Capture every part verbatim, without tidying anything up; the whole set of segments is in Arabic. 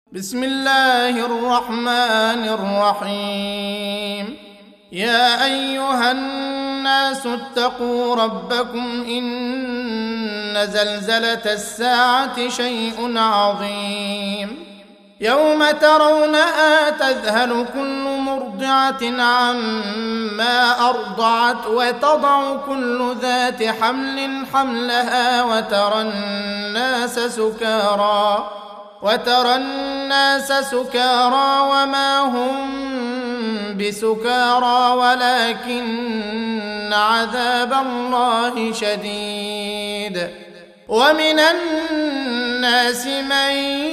بسم الله الرحمن الرحيم. يا أيها الناس اتقوا ربكم إن زلزلة الساعة شيء عظيم يوم ترونها تذهل كل مرضعة عما أرضعت وتضع كل ذات حمل حملها وترى الناس سكارى وترى الناس سكارى وما هم بسكارى ولكن عذاب الله شديد. ومن الناس من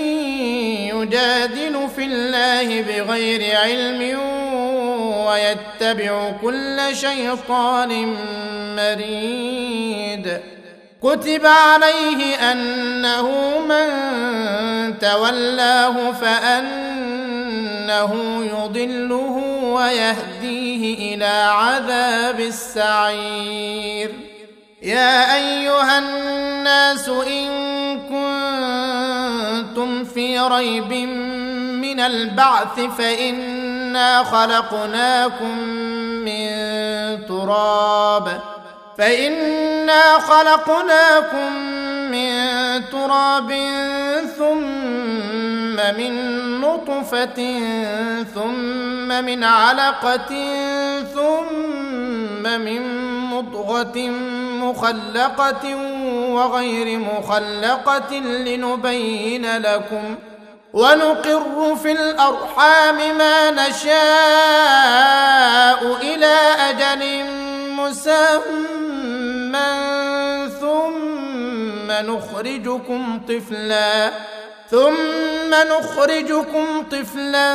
يجادل في الله بغير علم ويتبع كل شيطان مريد. كتب عليه أنه من تولاه فأنه يضله ويهديه إلى عذاب السعير. يا أيها الناس إن كنتم في ريب من البعث فإنا خلقناكم من تراب فإنا خلقناكم من تراب ثم من نطفة ثم من علقة ثم من مضغة مخلقة وغير مخلقة لنبين لكم ونقر في الأرحام ما نشاء إلى أجل مسمى ثم نخرجكم طفلا ثم نخرجكم طفلا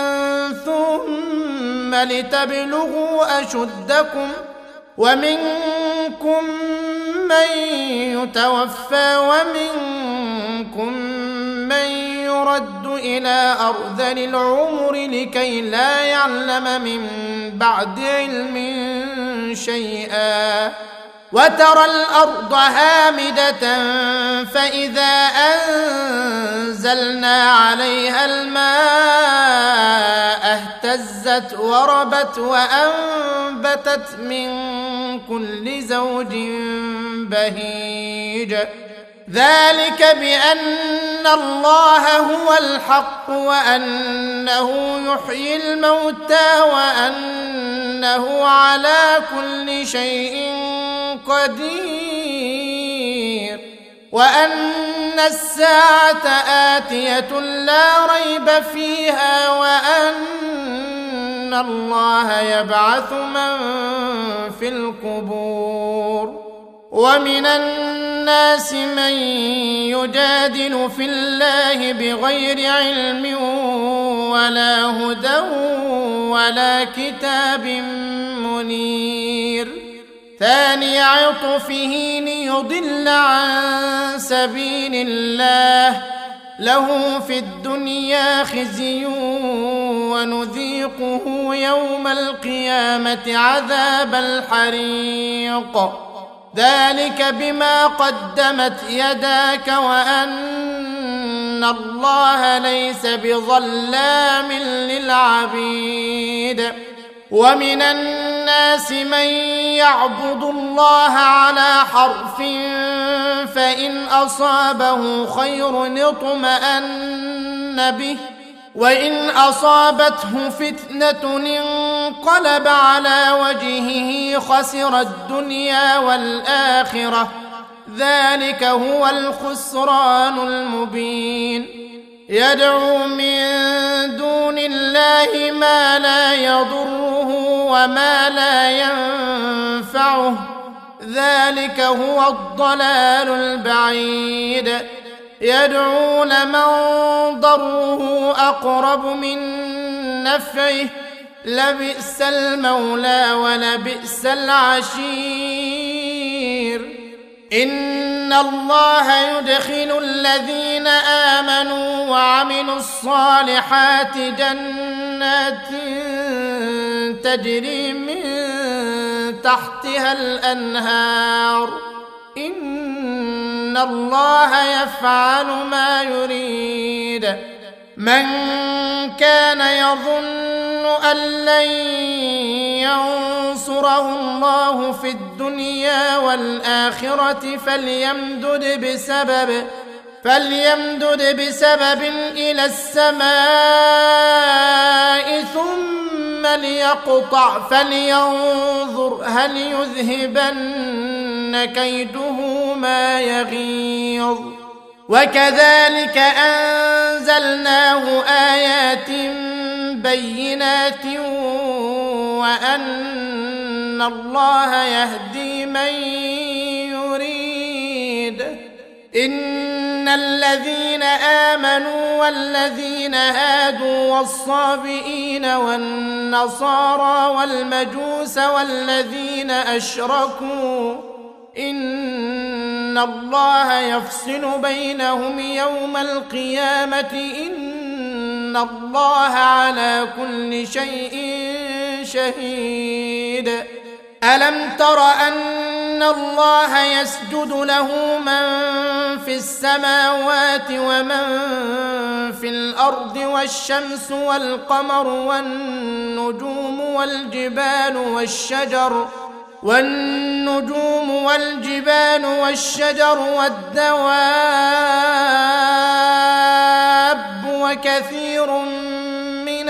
ثم لتبلغوا أشدكم ومنكم من يتوفى ومنكم من يرد إلى أرذل العمر لكي لا يعلم من بعد علم شيئا. وترى الأرض هامدة فإذا أنزلنا عليها الماء اهتزت وربت وأنبتت من كل زوج بهيج. ذلك بأن الله هو الحق وأنه يحيي الموتى وأنه على كل شيء قدير وأن الساعة آتية لا ريب فيها وأن الله يبعث من في القبور. ومن الناس من يجادل في الله بغير علم ولا هدى ولا كتاب منير. ثاني عطفه ليضل عن سبيل الله له في الدنيا خزي ونذيقه يوم القيامة عذاب الحريق. ذلك بما قدمت يداك وأن الله ليس بظلام للعبيد. ومن الناس من يعبد الله على حرف فإن أصابه خير اطمأن به وإن أصابته فتنة انقلب على وجهه خسر الدنيا والآخرة ذلك هو الخسران المبين. يدعو من دون الله ما لا يضره وما لا ينفعه ذلك هو الضلال البعيد. يدعو لمن ضره أقرب من نفعه لبئس المولى ولبئس العشير. إن الله يدخل الذين آمنوا وعملوا الصالحات جنات تجري من تحتها الأنهار إن الله يفعل ما يريد. من كان يظن أن لن ينصره الله في الدنيا والآخرة فليمدد بسبب فليمدد بسبب إلى السماء ثم ليقطع فلينظر هل يذهبن كيده ما يغيظ. وكذلك أنزلناه آيات بينات وأن الله يهدي من يريد. إن الذين آمنوا والذين هادوا والصابئين والنصارى والمجوس والذين أشركوا إن الله يفصل بينهم يوم القيامة إن الله على كل شيء شهيد. ألم تر أن الله يسجد له من في السماوات ومن في الأرض والشمس والقمر والنجوم والجبال والشجر والنجوم والجبال والشجر والدواب وكثير من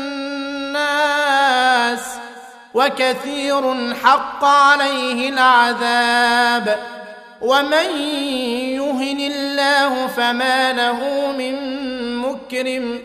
الناس وكثير حق عليه العذاب ومن يهن الله فما له من مكرم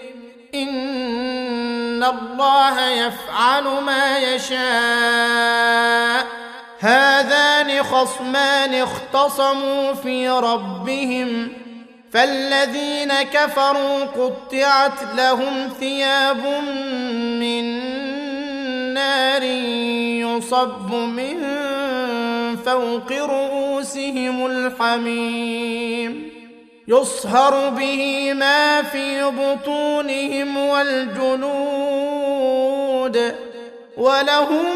إن الله يفعل ما يشاء. هذان خصمان اختصموا في ربهم فالذين كفروا قطعت لهم ثياب من نار يصب من فوق رؤوسهم الحميم يصهر به ما في بطونهم والجلود ولهم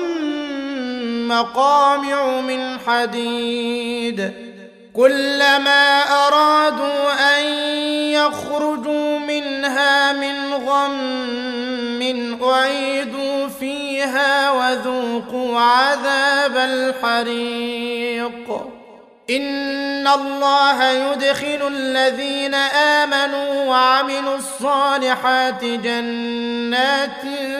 مقامع من حديد كلما أرادوا أن يخرجوا منها من غم أعيدوا فيها وذوقوا عذاب الحريق. إن الله يدخل الذين آمنوا وعملوا الصالحات جنات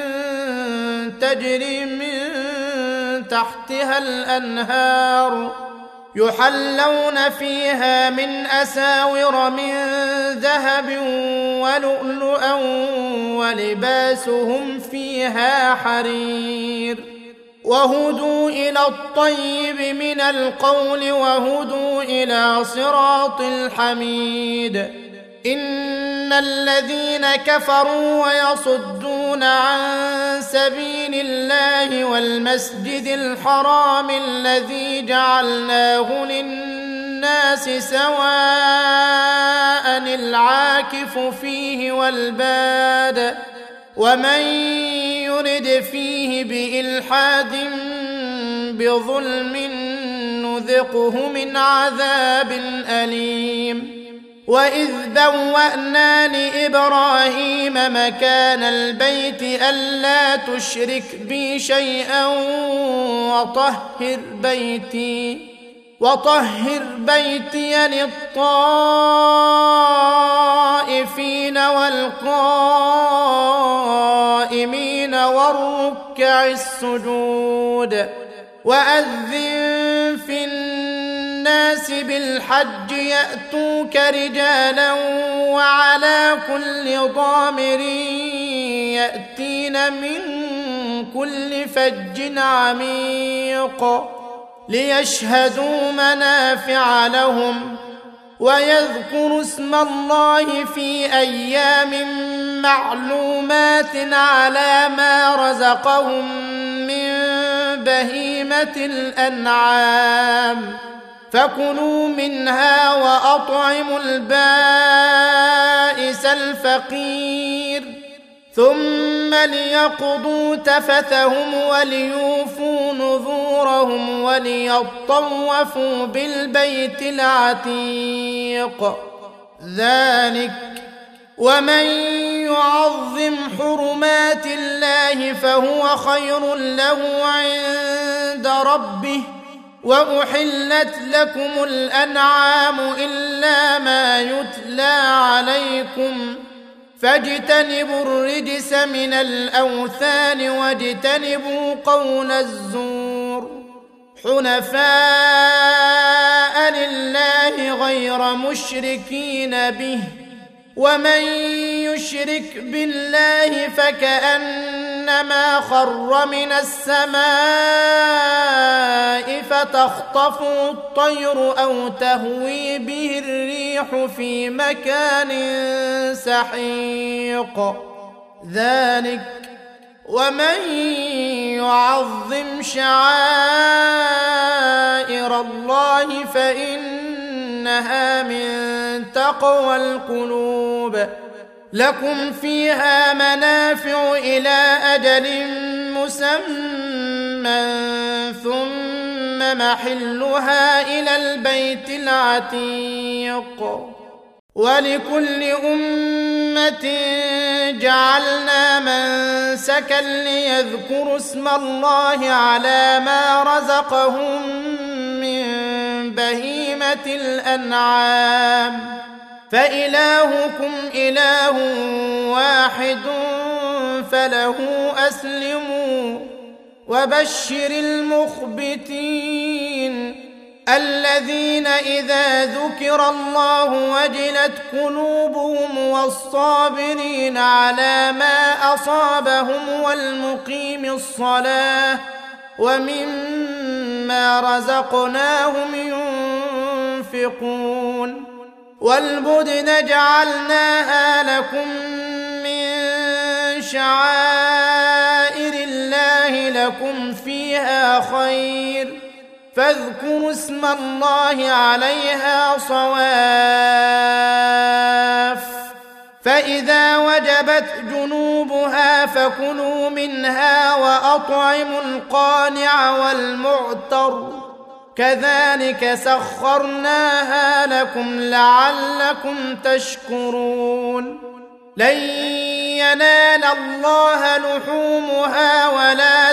تجري من تحتها الأنهار يحلون فيها من أساور من ذهب ولؤلؤا ولباسهم فيها حرير وهدوا إلى الطيب من القول وهدوا إلى صراط الحميد. إن الذين كفروا ويصدون عن سبيل الله والمسجد الحرام الذي جعلناه للناس سواء العاكف فيه والباد ومن يرد فيه بإلحاد بظلم نذقه من عذاب أليم. وإذ بوأنا لإبراهيم مكان البيت ألا تشرك بي شيئا وطهر بيتي وطهر بيتي للطائفين والقائمين والركع السجود. وأذن في الناس بالحج يأتوك رجالا وعلى كل ضامر يأتين من كل فج عميق ليشهدوا منافع لهم ويذكروا اسم الله في أيام معلومات على ما رزقهم من بهيمة الأنعام فكلوا منها وأطعموا البائس الفقير ثم ليقضوا تفثهم وليوفوا نذورهم وليطوفوا بالبيت العتيق. ذلك ومن يعظم حرمات الله فهو خير له عند ربه، وأحلت لكم الأنعام إلا ما يتلى عليكم، فاجتنبوا الرجس من الأوثان واجتنبوا قول الزور، حنفاء لله غير مشركين به، ومن يشرك بالله فكأنما خر من السماء فتخطفه الطير أو تهوي به الريح في مكان سحيق، ذلك ومن يعظم شعائر الله فإنها من تقوى القلوب، لكم فيها منافع إلى أجل مسمى ثم محلها إلى البيت العتيق، ولكل أمة جعلنا منسكا ليذكروا اسم الله على ما رزقهم من بهيمة الأنعام، فإلهكم إله واحد فله أسلموا، وبشر المخبتين الذين إذا ذكر الله وجلت قلوبهم، والصابرين على ما أصابهم والمقيم الصلاة ومما رزقناهم ينفقون، والبدن جعلناها لكم من شعائر الله لكم فيها خير، فاذكروا اسم الله عليها صواف، فإذا وجبت جنوبها فكلوا منها وأطعموا القانع والمعتر، كذلك سخرناها لكم لعلكم تشكرون. لن ينال الله لحومها ولا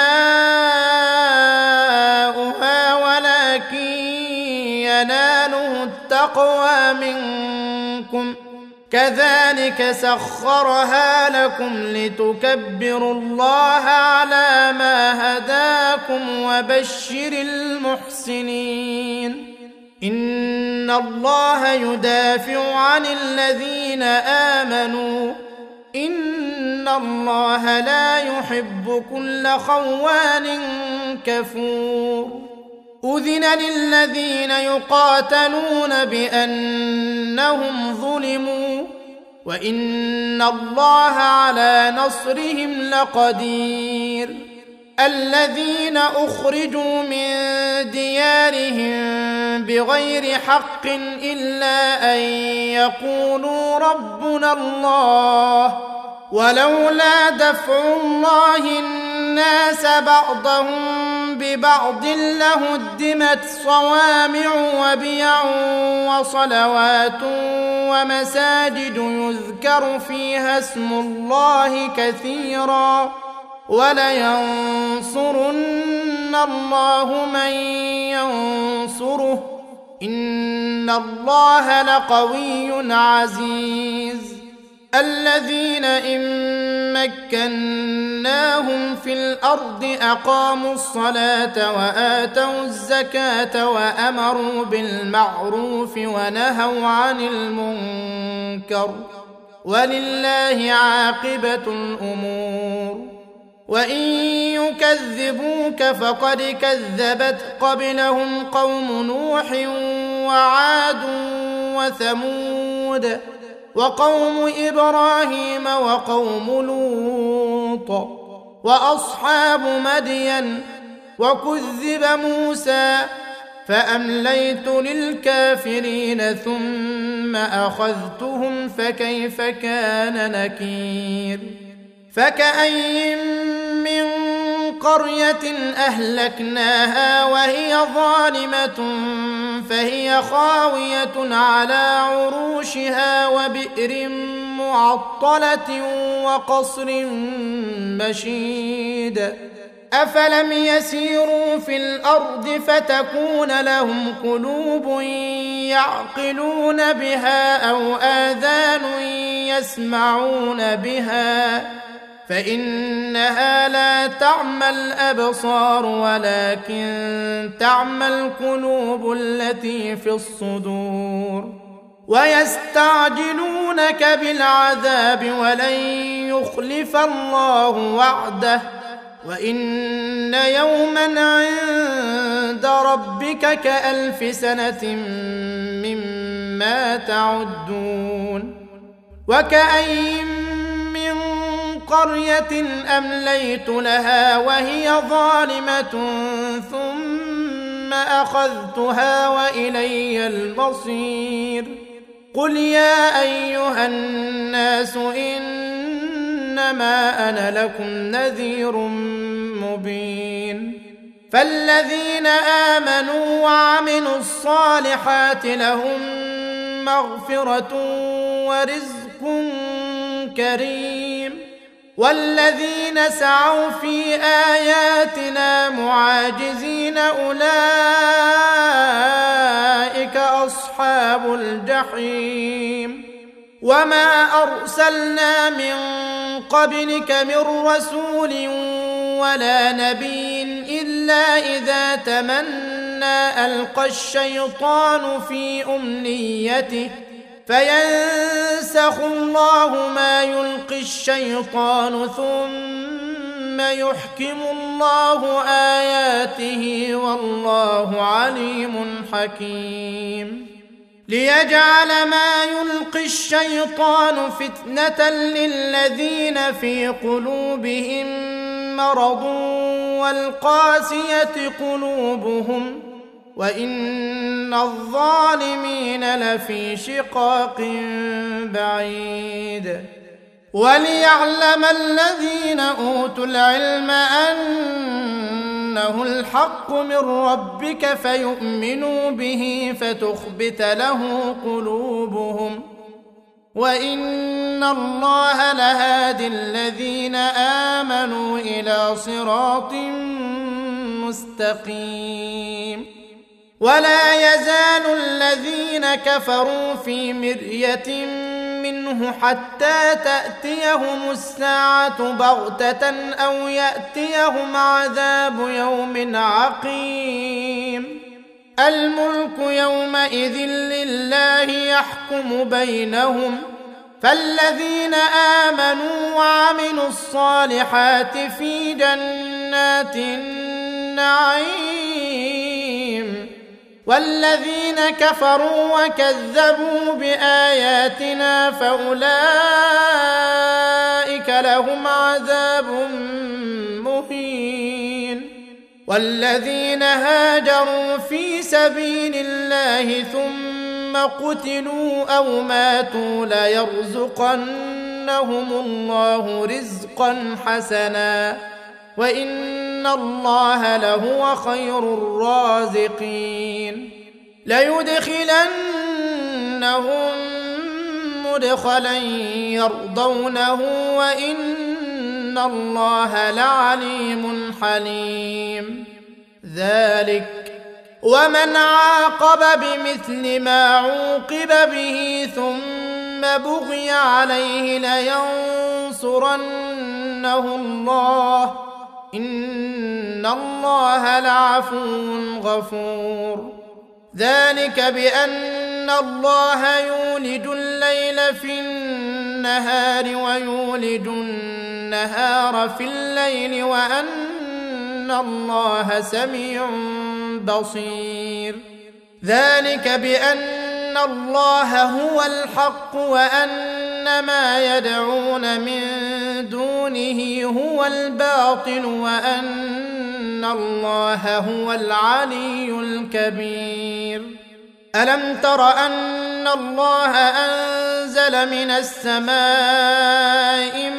دماؤها ولكن يناله التقوى منكم، كذلك سخرها لكم لتكبروا الله على ما هداكم، وبشر المحسنين. إن الله يدافع عن الذين آمنوا، إن الله لا يحب كل خوان كفور. أذن للذين يقاتلون بأنهم ظلموا، وإن الله على نصرهم لقدير. الذين أخرجوا من ديارهم بغير حق إلا أن يقولوا ربنا الله، ولولا دفع الله الناس بعضهم ببعض لهدمت صوامع وبيع وصلوات ومساجد يذكر فيها اسم الله كثيرا، ولينصرن الله من ينصره، إن الله لقوي عزيز. الذين إن مكناهم في الأرض أقاموا الصلاة وآتوا الزكاة وأمروا بالمعروف ونهوا عن المنكر، ولله عاقبة الأمور. وإن يكذبوك فقد كذبت قبلهم قوم نوح وعاد وثمود وقوم إبراهيم وقوم لوط وأصحاب مدين، وكذب موسى فأمليت للكافرين ثم أخذتهم فكيف كان نكير. فكأي من قرية أهلكناها وهي ظالمة فهي خاوية على عروشها وبئر معطلة وقصر مشيد أفلم يسيروا في الأرض فتكون لهم قلوب يعقلون بها أو آذان يسمعون بها فإنها لا تعمى الأبصار ولكن تعمى القلوب التي في الصدور ويستعجلونك بالعذاب ولن يخلف الله وعده وإن يوما عند ربك كألف سنة مما تعدون وكأي من قرية أمليت لها وهي ظالمة ثم أخذتها وإلي المصير قل يا أيها الناس إنما أنا لكم نذير مبين فالذين آمنوا وعملوا الصالحات لهم مغفرة ورزق كريم والذين سعوا في آياتنا معاجزين أولئك أصحاب الجحيم وما أرسلنا من قبلك من رسول ولا نبي إلا إذا تمنى ألقى الشيطان في أمنيته فينسخ الله ما يلقي الشيطان ثم يحكم الله آياته والله عليم حكيم ليجعل ما يلقي الشيطان فتنة للذين في قلوبهم مرض والقاسية قلوبهم وإن الظالمين لفي شقاق بعيد وليعلم الذين أوتوا العلم أنه الحق من ربك فيؤمنوا به فتخبت له قلوبهم وإن الله لهادي الذين آمنوا إلى صراط مستقيم ولا يزال الذين كفروا في مرية منه حتى تأتيهم الساعة بغتة أو يأتيهم عذاب يوم عقيم الملك يومئذ لله يحكم بينهم فالذين آمنوا وعملوا الصالحات في جنات النعيم والذين كفروا وكذبوا بآياتنا فأولئك لهم عذاب مهين والذين هاجروا في سبيل الله ثم قتلوا أو ماتوا ليرزقنهم الله رزقا حسنا وإن الله لهو خير الرازقين ليدخلنهم مدخلا يرضونه وإن الله لعليم حليم ذلك ومن عاقب بمثل ما عوقب به ثم بغي عليه لينصرنه الله إن الله لعفو غفور ذلك بأن الله يولج الليل في النهار ويولج النهار في الليل وأن الله سميع بصير ذلك بأن الله هو الحق وأن ما يدعون من دونه هو الباطل وأن الله هو العلي الكبير ألم تر أن الله أنزل من السماء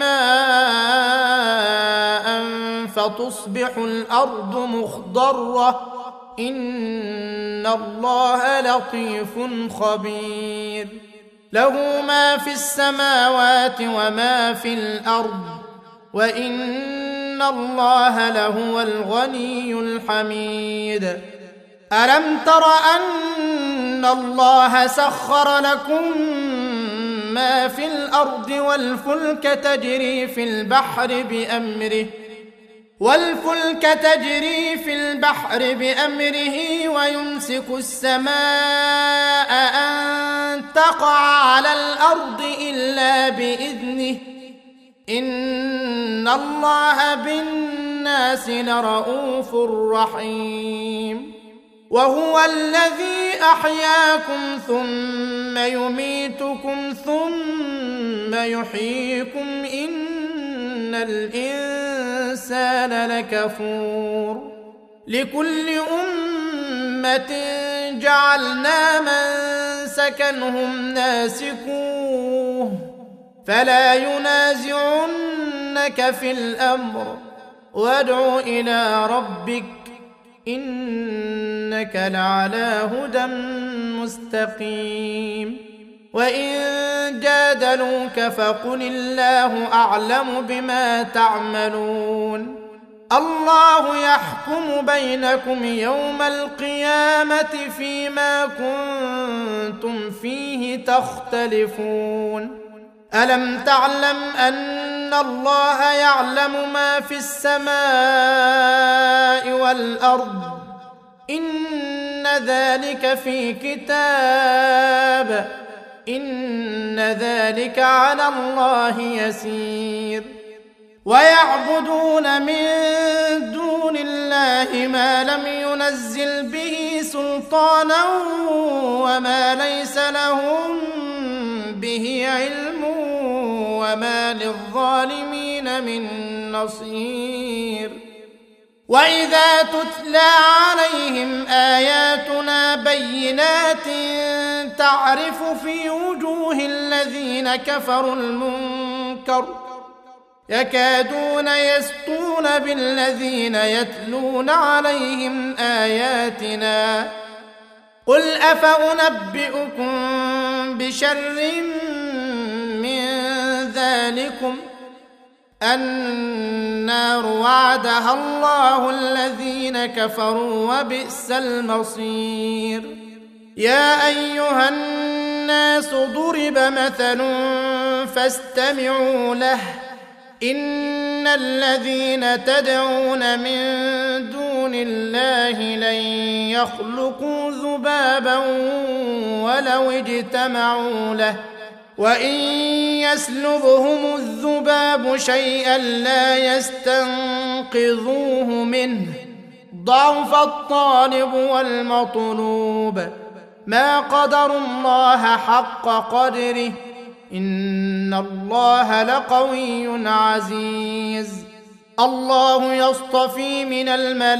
ماء فتصبح الأرض مخضرة إن الله لطيف خبير له ما في السماوات وما في الأرض وإن الله لهو الغني الحميد. ألم تر أن الله سخر لكم ما في الأرض والفلك تجري في البحر بأمره والفلك تجري في البحر بأمره ويمسك السماء أن تقع على الأرض إلا بإذنه إن الله بالناس لرءوف رحيم. وهو الذي أحياكم ثم يميتكم ثم يحييكم إن الإنسان لكفور. لكل أمة جعلنا منسكا هم ناسكوه فلا ينازعنك في الأمر وادع إلى ربك إنك لعلى هدى مستقيم. وإن جادلوك فقل الله أعلم بما تعملون الله يحكم بينكم يوم القيامة فيما كنتم فيه تختلفون. ألم تعلم أن الله يعلم ما في السماء والأرض إن ذلك في كتاب إن ذلك على الله يسير. ويعبدون من دون الله ما لم ينزل به سلطانا وما ليس لهم به علم وما للظالمين من نصير. وإذا تتلى عليهم آياتنا بينات تعرف في وجوه الذين كفروا المنكر يكادون يسطون بالذين يتلون عليهم آياتنا قل أفأنبئكم بشر من ذلكم النار وعدها الله الذين كفروا وبئس المصير. يا أيها الناس ضرب مثل فاستمعوا له إن الذين تدعون من دون الله لن يخلقوا ذبابا ولو اجتمعوا له وإن يسلبهم الذباب شيئا لا يستنقذوه منه ضعف الطالب والمطلوب ما قدروا الله حق قدره إن الله لقوي عزيز. الله يصطفي من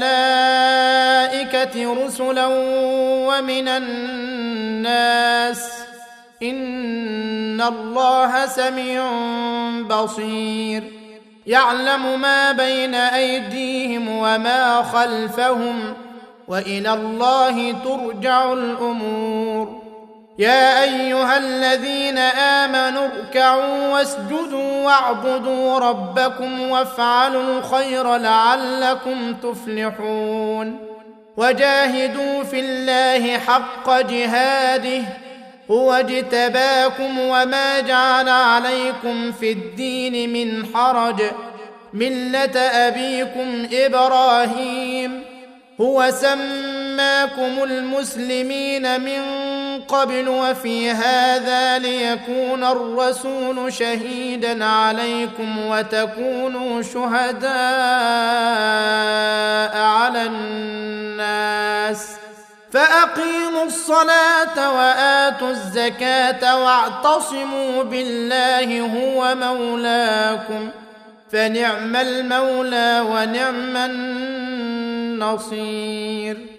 الملائكة رسلا ومن الناس إن الله سميع بصير. يعلم ما بين أيديهم وما خلفهم وإلى الله ترجع الأمور. يا أيها الذين آمنوا اركعوا واسجدوا واعبدوا ربكم وافعلوا الخير لعلكم تفلحون. وجاهدوا في الله حق جهاده هو اجتباكم وما جعل عليكم في الدين من حرج ملة أبيكم إبراهيم هو سماكم المسلمين من قبل وفي هذا ليكون الرسول شهيدا عليكم وتكونوا شهداء على الناس فأقيموا الصلاة وآتوا الزكاة واعتصموا بالله هو مولاكم فنعم المولى ونعم النصير.